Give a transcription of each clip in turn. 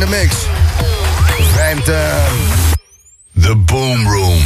de mix. Phantom. The Boom Room.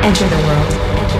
Enter the world.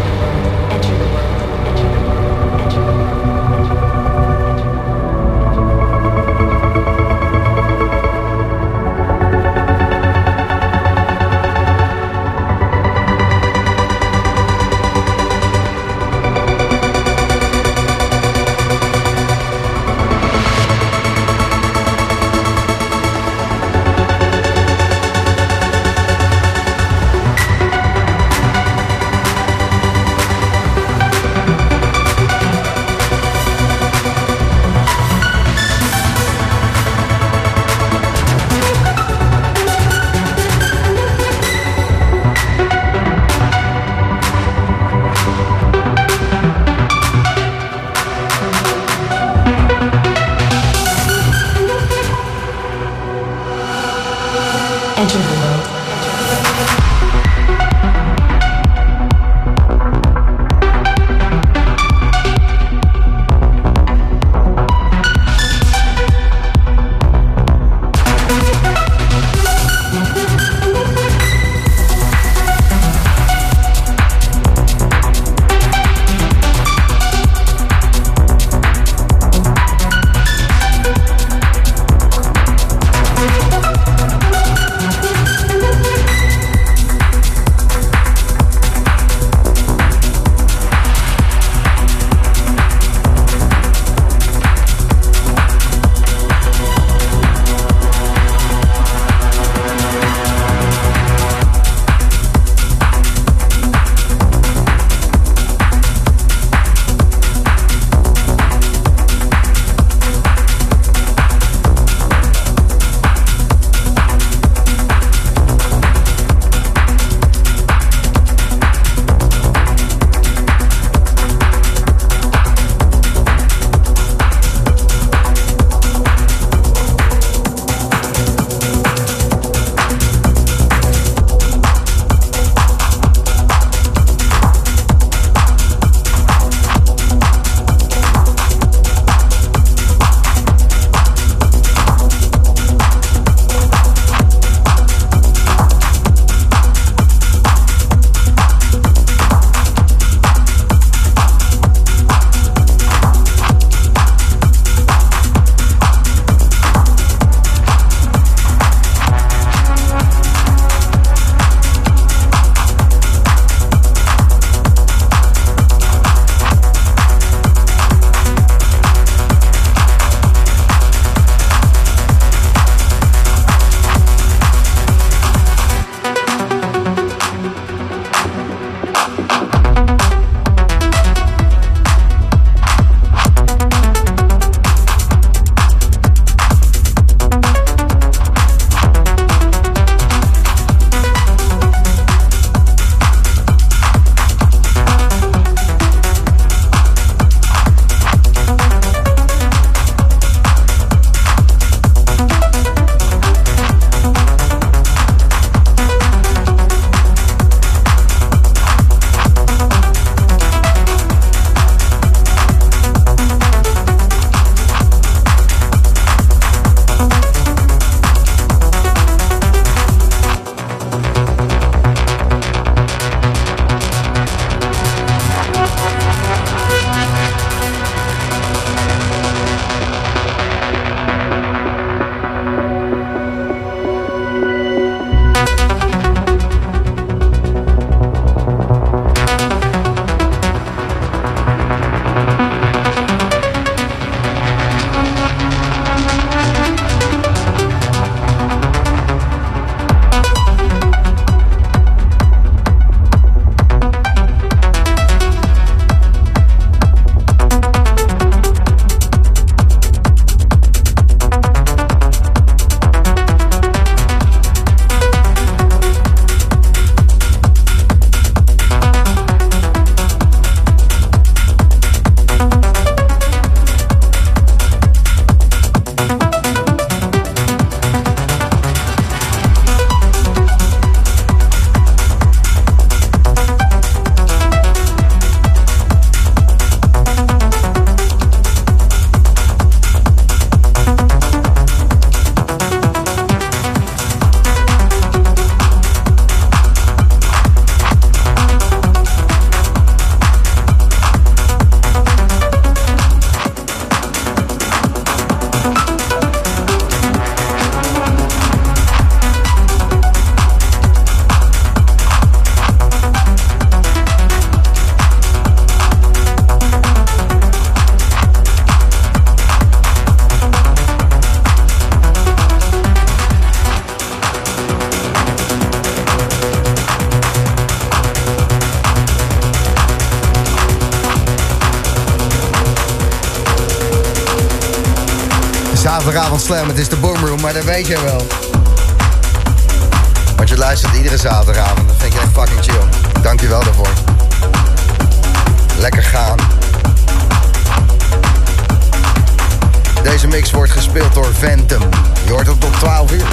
Enter the world. Zaterdagavond Slam, het is de Boomroom, maar dat weet je wel. Want je luistert iedere zaterdagavond, dat vind ik echt fucking chill. Dank je wel daarvoor. Lekker gaan. Deze mix wordt gespeeld door Phantom. Je hoort het tot 12 uur.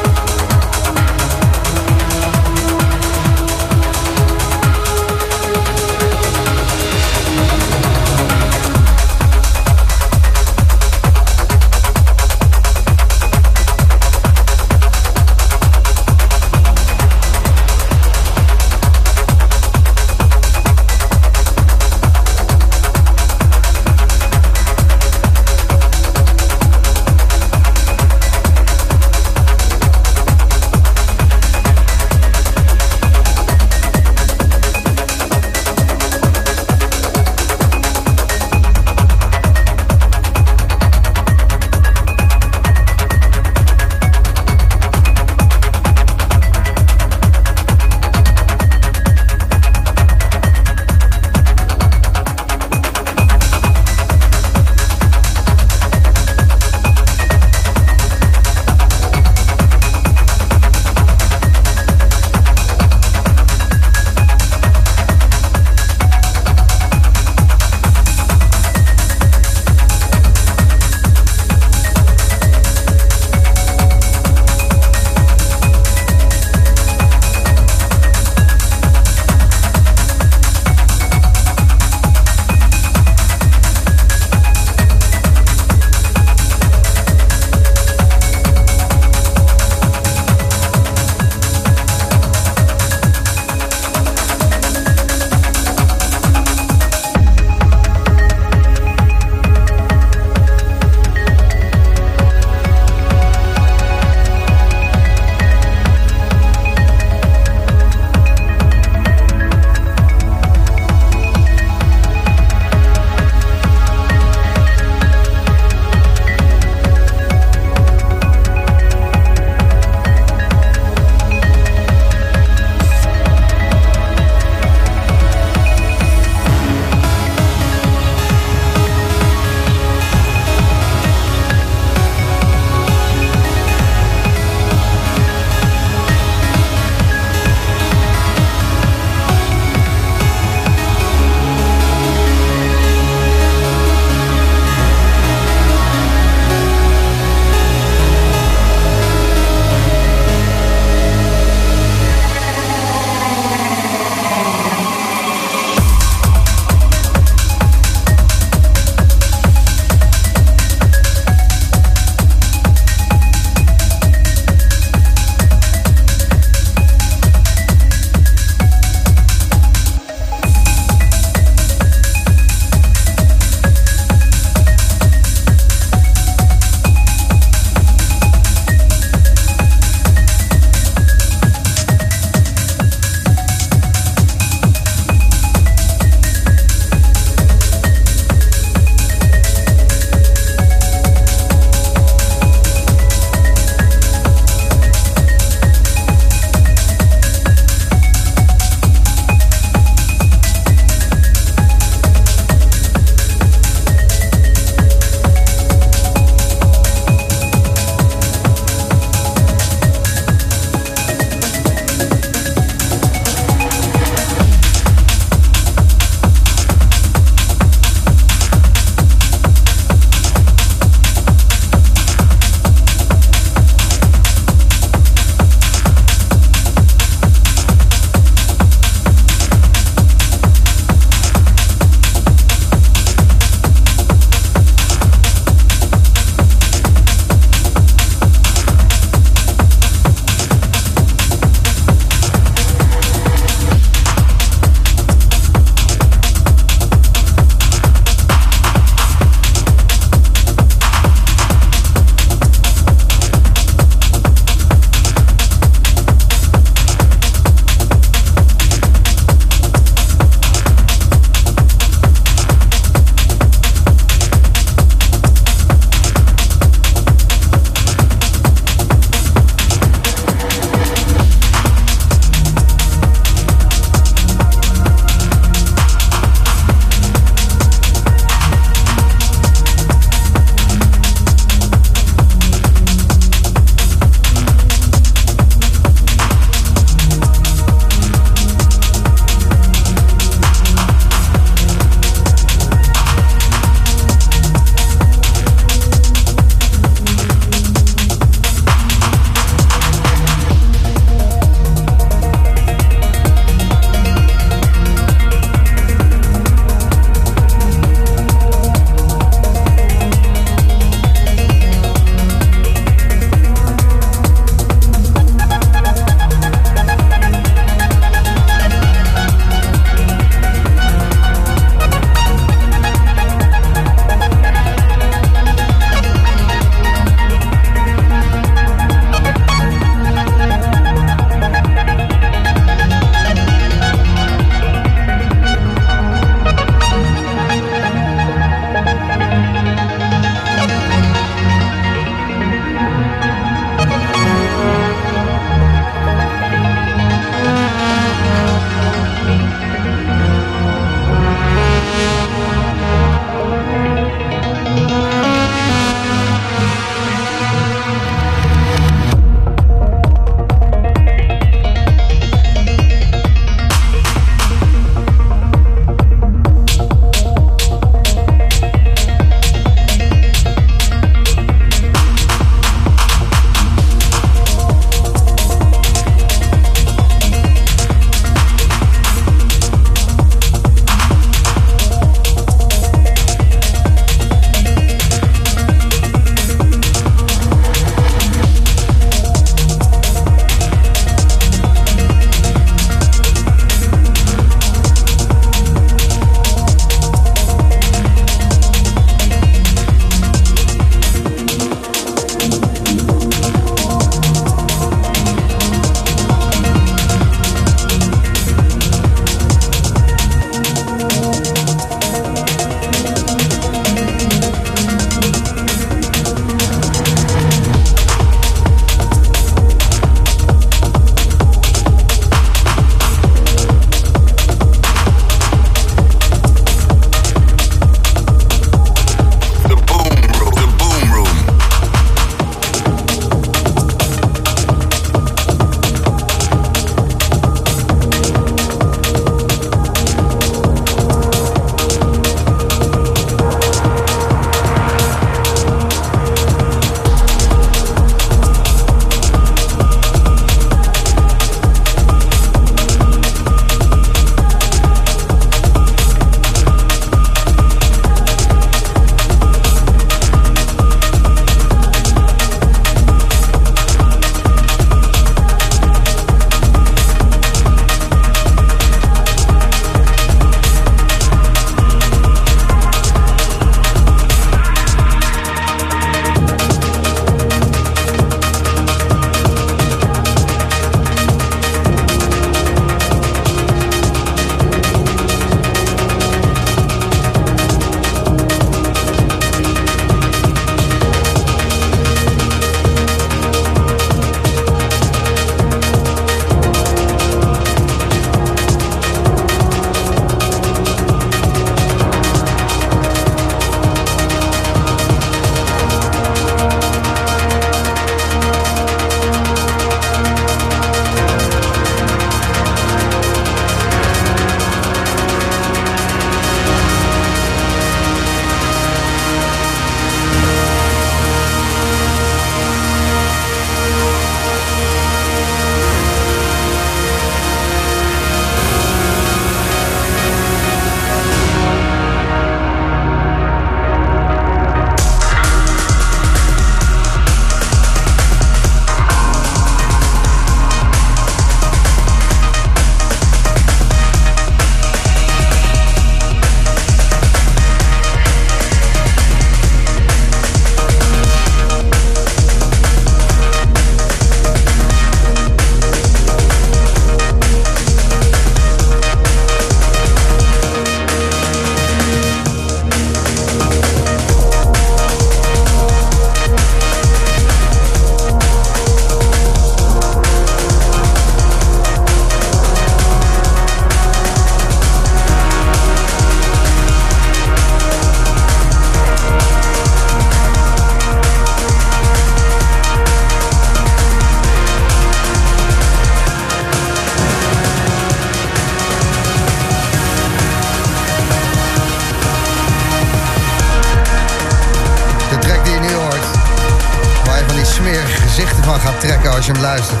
tranen gaat trekken als je hem luistert.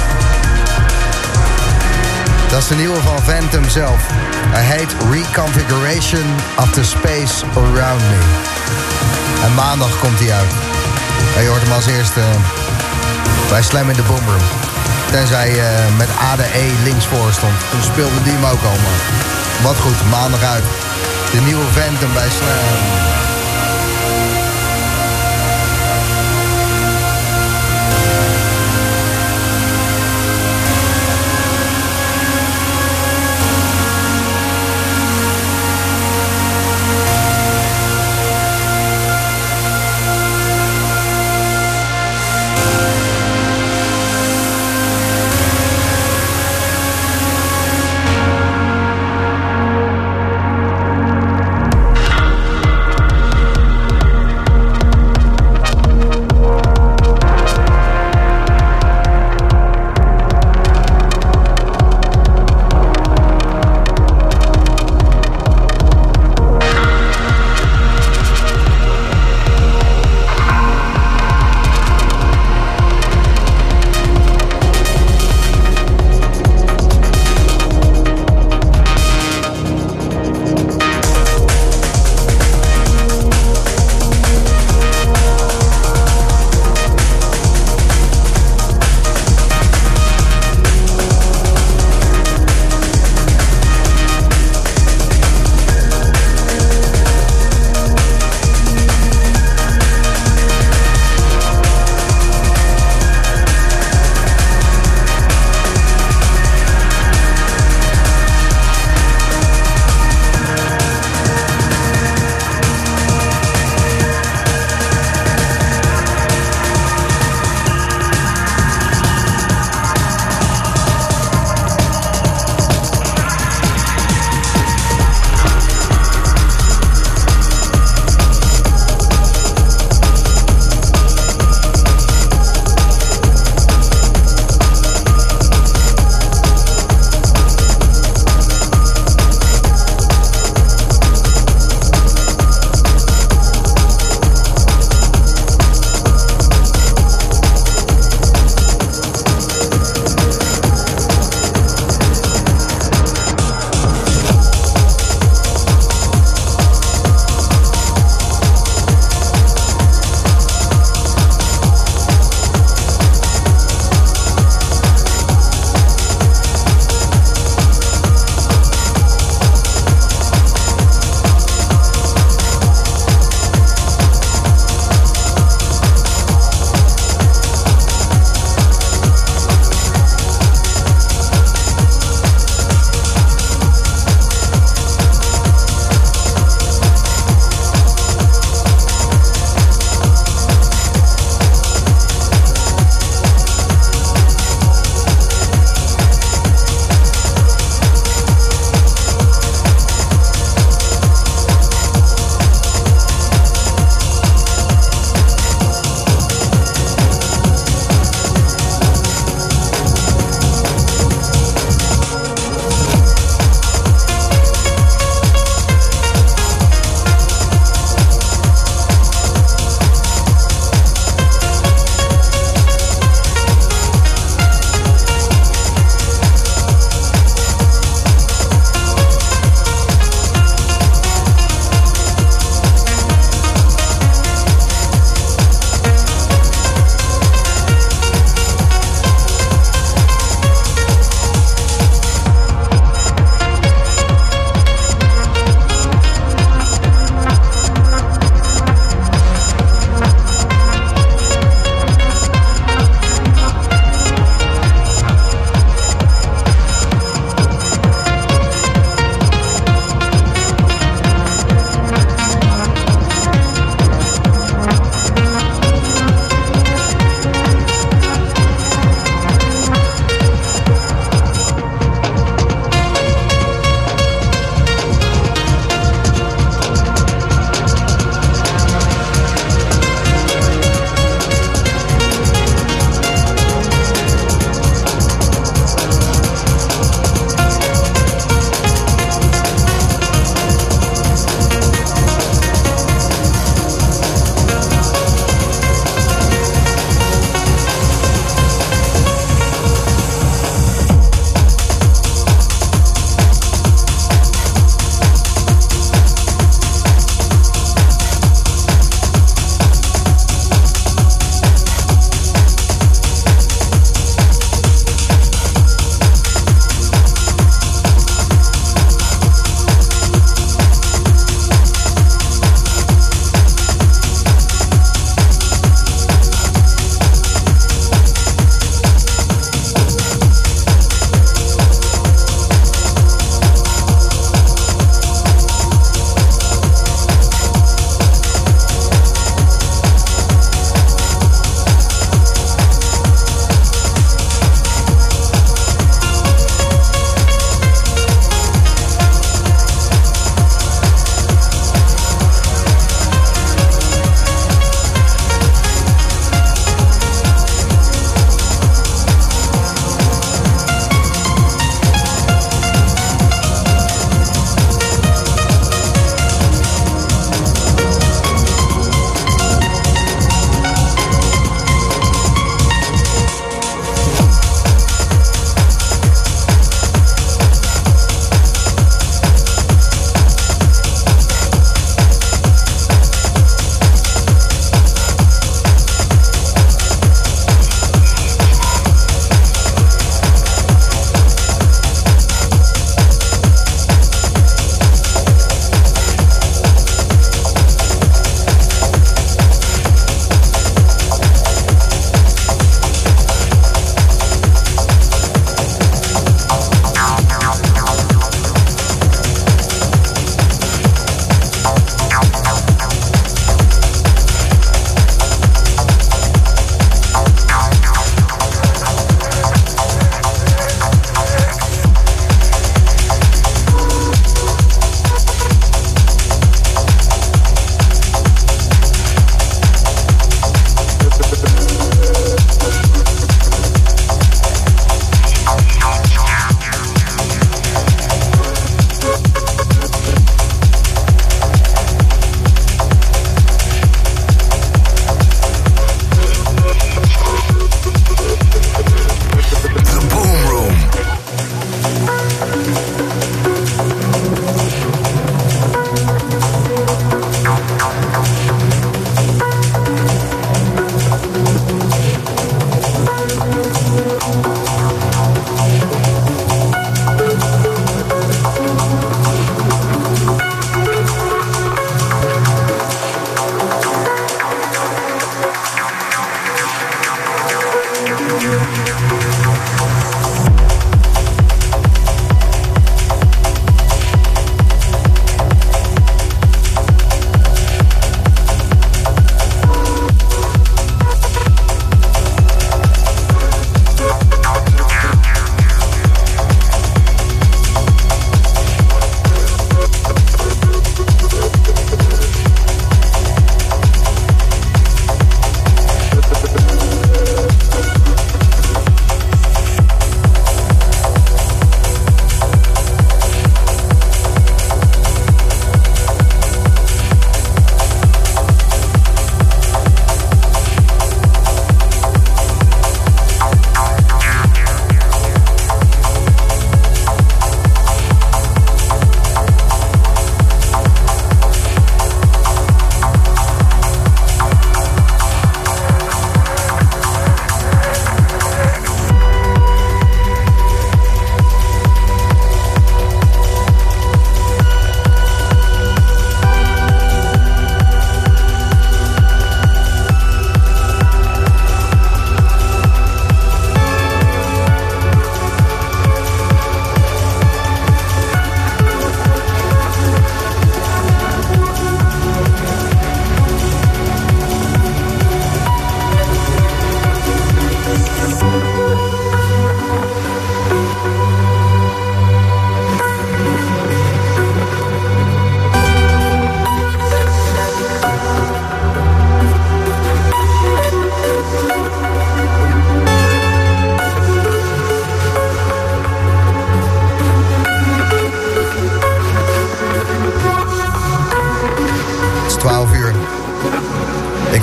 Dat is de nieuwe van Phantom zelf. Hij heet Reconfiguration of the Space Around Me. En maandag komt hij uit. En je hoort hem als eerste bij Slam in the Boom Room. Tenzij met ADE links voor stond. Toen speelde die hem ook al, man. Wat goed, maandag uit. De nieuwe Phantom bij Slam.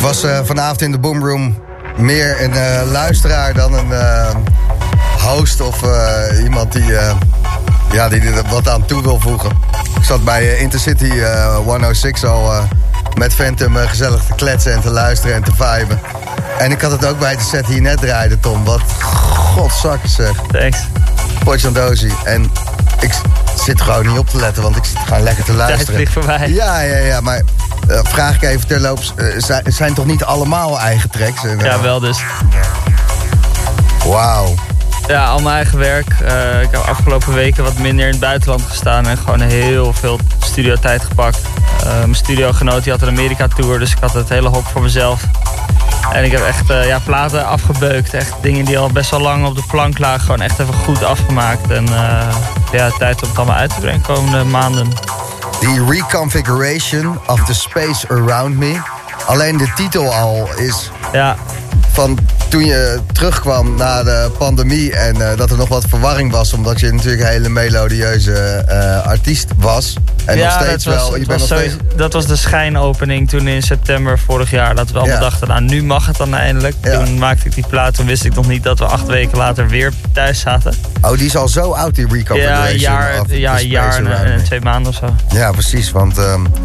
was vanavond in de Boomroom meer een luisteraar dan een host of iemand die er wat aan toe wil voegen. Ik zat bij Intercity 106 al met Phantom gezellig te kletsen en te luisteren en te viben. En ik had het ook bij de set die je net draaide, Tom. Wat godzakken zeg. Thanks. Potjandozi. En ik zit gewoon niet op te letten, want ik zit gewoon lekker te luisteren. Tijd vliegt voorbij. Ja, maar vraag ik even terloops, zijn toch niet allemaal eigen tracks? Ja, wel dus. Wauw. Ja, al mijn eigen werk. Ik heb afgelopen weken wat minder in het buitenland gestaan en gewoon heel veel studiotijd gepakt. Mijn studiogenoot die had een Amerika-tour, dus ik had het hele hok voor mezelf. En ik heb echt platen afgebeukt. Echt dingen die al best wel lang op de plank lagen. Gewoon echt even goed afgemaakt. En tijd om het allemaal uit te brengen komende maanden. Die reconfiguration of the space around me. Alleen de titel al is... Ja. Van toen je terugkwam na de pandemie en dat er nog wat verwarring was, omdat je natuurlijk een hele melodieuze artiest was. En nog steeds dat was de schijnopening toen in september vorig jaar. Dat we allemaal dachten, nou nu mag het dan eindelijk. Ja. Toen maakte ik die plaat, toen wist ik nog niet dat we 8 weken later weer thuis zaten. Oh, die is al zo oud, die reconfiguration. Ja, een jaar en 2 maanden of zo. Ja, precies, want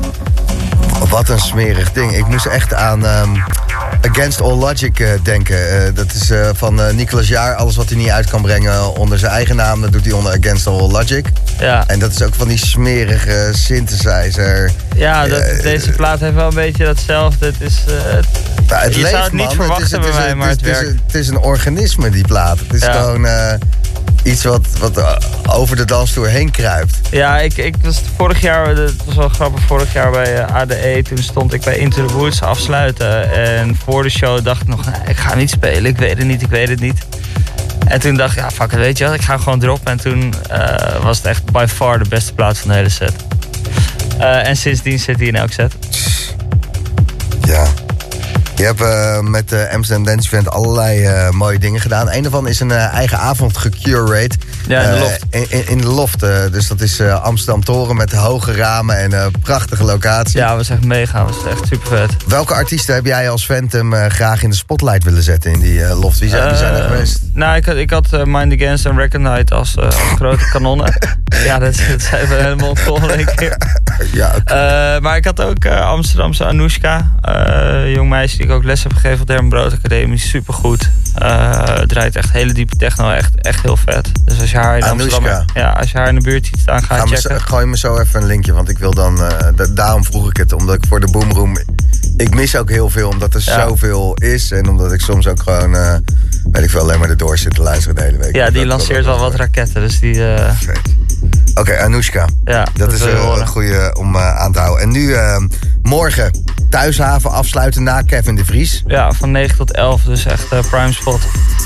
wat een smerig ding. Ik moest echt aan Against All Logic denken. Dat is van Nicolas Jaar. Alles wat hij niet uit kan brengen onder zijn eigen naam, dat doet hij onder Against All Logic. Ja. En dat is ook van die smerige synthesizer. Ja, deze plaat heeft wel een beetje datzelfde. Het is... het je leeft, zou het niet verwachten bij mij, maar het werkt. Het is een organisme, die plaat. Het is gewoon... iets wat over de dansvloer heen kruipt. Ja, ik was vorig jaar, het was wel grappig, vorig jaar bij ADE, toen stond ik bij Into the Woods afsluiten. En voor de show dacht ik nog, nee, ik ga niet spelen, ik weet het niet. En toen dacht ik, ja fuck it, weet je wat, ik ga gewoon droppen. En toen was het echt by far de beste plaat van de hele set. En sindsdien zit hij in elk set. Ja. Je hebt met Amsterdam Dance Event allerlei mooie dingen gedaan. Een daarvan is een eigen avond gecurate. Ja, in de loft. In de loft. Dus dat is Amsterdam Toren met hoge ramen en prachtige locatie. Ja, was echt mega. Was echt super vet. Welke artiesten heb jij als Phantom graag in de spotlight willen zetten in die loft? Wie zijn er geweest? Nou, ik had Mind Against en Recognize als grote kanonnen. Ja, dat zijn we helemaal ontkomen een keer. Ja, okay. Maar ik had ook Amsterdamse Anoushka. Jong meisje die ik ook les heb gegeven op de Herman Brood Academie. Supergoed. Draait echt hele diepe techno. Echt heel vet. Dus als je haar in Amsterdam, als je haar in de buurt ziet staan, ga je checken. Gooi me zo even een linkje, want ik wil dan... daarom vroeg ik het, omdat ik voor de Boomroom... Ik mis ook heel veel, omdat er zoveel is. En omdat ik soms ook gewoon... weet ik veel, alleen maar erdoor zit te luisteren de hele week. Ja, die lanceert wel wat raketten, dus die... Oké, Anoushka. Ja, dat is een goede om aan te houden. En nu morgen Thuishaven afsluiten na Kevin de Vries. Ja, van 9 tot 11, dus echt prime spot.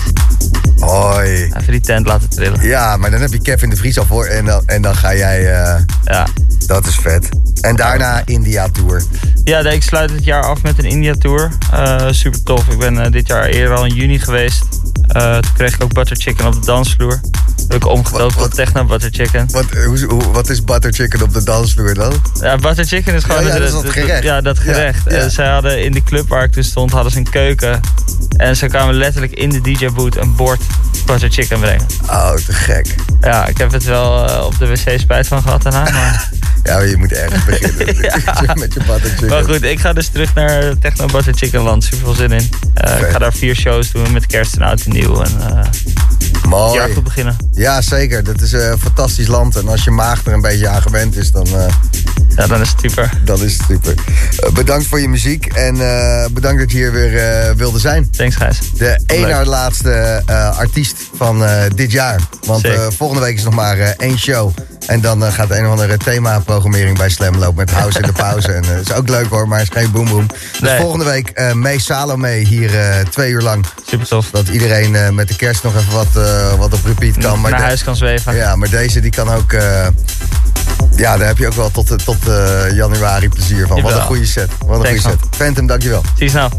Hoi. Even die tent laten trillen. Ja, maar dan heb je Kevin de Vries al voor en dan ga jij... ja. Dat is vet. En daarna India Tour. Ja, ik sluit het jaar af met een India Tour. Super tof. Ik ben dit jaar eerder al in juni geweest. Toen kreeg ik ook Butter Chicken op de dansvloer. Heb ik omgedoopt tot Techno Butter Chicken. Wat is Butter Chicken op de dansvloer dan? Ja, Butter Chicken is gewoon... dat is dat gerecht. Ja, dat gerecht. Ja. Zij hadden in de club waar ik toen stond, hadden ze een keuken. En ze kwamen letterlijk in de DJ-boot een bord Butter Chicken brengen. Oh, te gek. Ja, ik heb het wel op de wc spijt van gehad daarna, maar... Ja, je moet ergens beginnen met je Butter Chicken. Maar goed, ik ga dus terug naar Techno Butter Chicken land. Super veel zin in. Ik ga daar 4 shows doen met kerst en oud en nieuw. En mooi. Het jaar goed beginnen. Ja, zeker. Dat is een fantastisch land. En als je maag er een beetje aan gewend is, dan... ja, dan is het super. Dan is het super. Bedankt voor je muziek. En bedankt dat je hier weer wilde zijn. Thanks, Gijs. De één na laatste artiest van dit jaar. Want volgende week is nog maar 1 show. En dan gaat een of andere thema-programmering bij Slam lopen met House in de pauze. En dat is ook leuk hoor, maar het is geen boomboom. Dus volgende week May Salome hier 2 uur lang. Super tof. Dat iedereen met de kerst nog even wat op repeat kan. Maar naar huis kan zweven. Ja, maar deze die kan ook... ja, daar heb je ook wel tot januari plezier van. Wat een goede set. Wat een goede set. Phantom, dankjewel. Zie je snel.